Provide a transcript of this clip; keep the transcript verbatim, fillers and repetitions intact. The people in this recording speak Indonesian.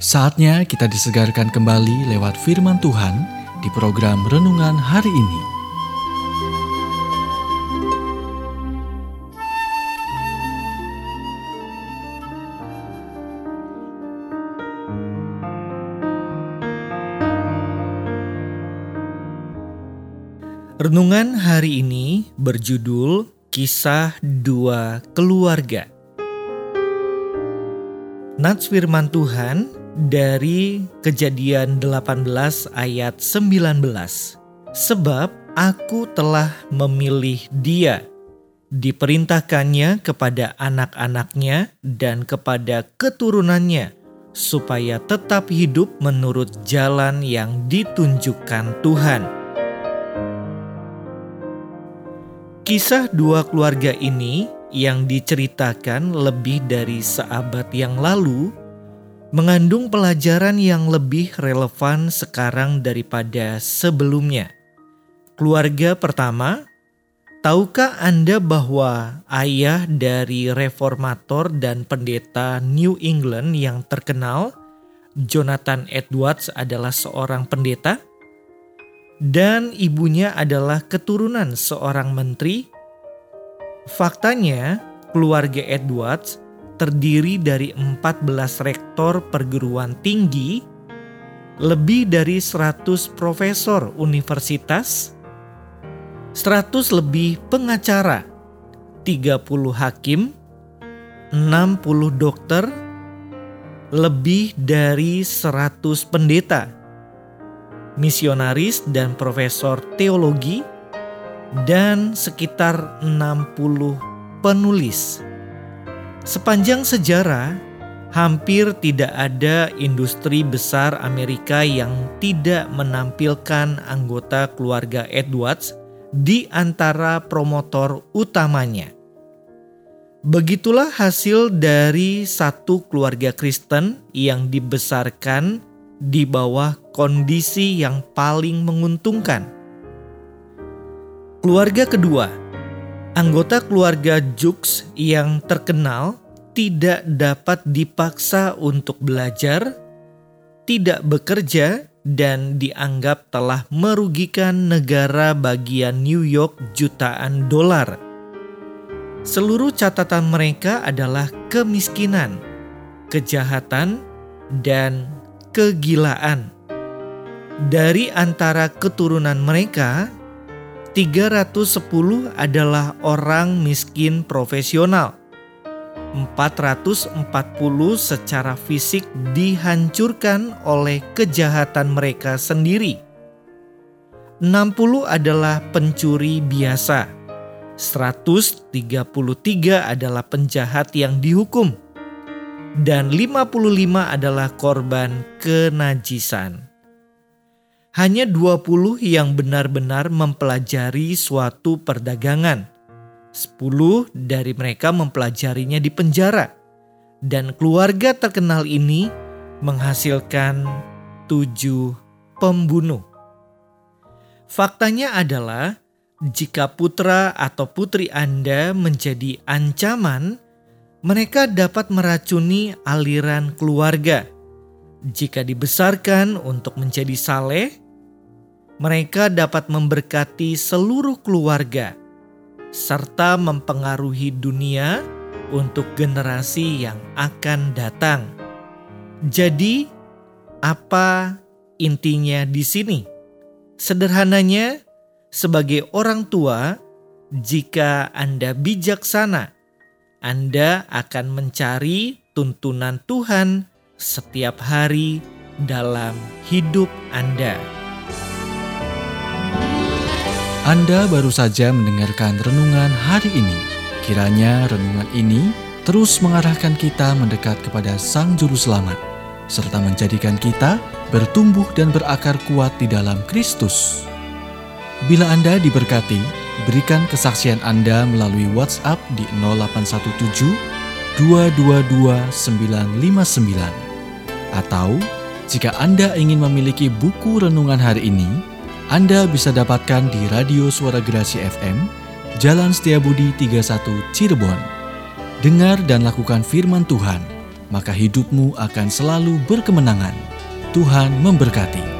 Saatnya kita disegarkan kembali lewat firman Tuhan di program Renungan Hari ini. Renungan hari ini berjudul Kisah Dua Keluarga. Nats firman Tuhan dari Kejadian delapan belas ayat sembilan belas. Sebab aku telah memilih dia, diperintahkannya kepada anak-anaknya dan kepada keturunannya, supaya tetap hidup menurut jalan yang ditunjukkan Tuhan. Kisah dua keluarga ini yang diceritakan lebih dari seabad yang lalu mengandung pelajaran yang lebih relevan sekarang daripada sebelumnya. Keluarga pertama, tahukah Anda bahwa ayah dari reformator dan pendeta New England yang terkenal, Jonathan Edwards, adalah seorang pendeta? Dan ibunya adalah keturunan seorang menteri? Faktanya, keluarga Edwards terdiri dari empat belas rektor perguruan tinggi, lebih dari seratus profesor universitas, seratus lebih pengacara, tiga puluh hakim, enam puluh dokter, lebih dari seratus pendeta, misionaris dan profesor teologi, dan sekitar enam puluh penulis. Sepanjang sejarah, hampir tidak ada industri besar Amerika yang tidak menampilkan anggota keluarga Edwards di antara promotor utamanya. Begitulah hasil dari satu keluarga Kristen yang dibesarkan di bawah kondisi yang paling menguntungkan. Keluarga kedua, anggota keluarga Jukes yang terkenal tidak dapat dipaksa untuk belajar, tidak bekerja, dan dianggap telah merugikan negara bagian New York jutaan dolar. Seluruh catatan mereka adalah kemiskinan, kejahatan, dan kegilaan. Dari antara keturunan mereka, tiga ratus sepuluh adalah orang miskin profesional. empat ratus empat puluh secara fisik dihancurkan oleh kejahatan mereka sendiri. enam puluh adalah pencuri biasa. seratus tiga puluh tiga adalah penjahat yang dihukum. Dan lima puluh lima adalah korban kenajisan. Hanya dua puluh yang benar-benar mempelajari suatu perdagangan. sepuluh dari mereka mempelajarinya di penjara. Dan keluarga terkenal ini menghasilkan tujuh pembunuh. Faktanya adalah, jika putra atau putri Anda menjadi ancaman, mereka dapat meracuni aliran keluarga. Jika dibesarkan untuk menjadi saleh, mereka dapat memberkati seluruh keluarga, serta mempengaruhi dunia untuk generasi yang akan datang. Jadi, apa intinya di sini? Sederhananya, sebagai orang tua, jika Anda bijaksana, Anda akan mencari tuntunan Tuhan setiap hari dalam hidup Anda. Anda baru saja mendengarkan renungan hari ini. Kiranya renungan ini terus mengarahkan kita mendekat kepada Sang Juru Selamat, serta menjadikan kita bertumbuh dan berakar kuat di dalam Kristus. Bila Anda diberkati, berikan kesaksian Anda melalui WhatsApp di nol delapan satu tujuh dua dua dua sembilan lima sembilan. Atau jika Anda ingin memiliki buku renungan hari ini, Anda bisa dapatkan di Radio Suara Gerasi F M, Jalan Setiabudi tiga puluh satu Cirebon. Dengar dan lakukan firman Tuhan, maka hidupmu akan selalu berkemenangan. Tuhan memberkati.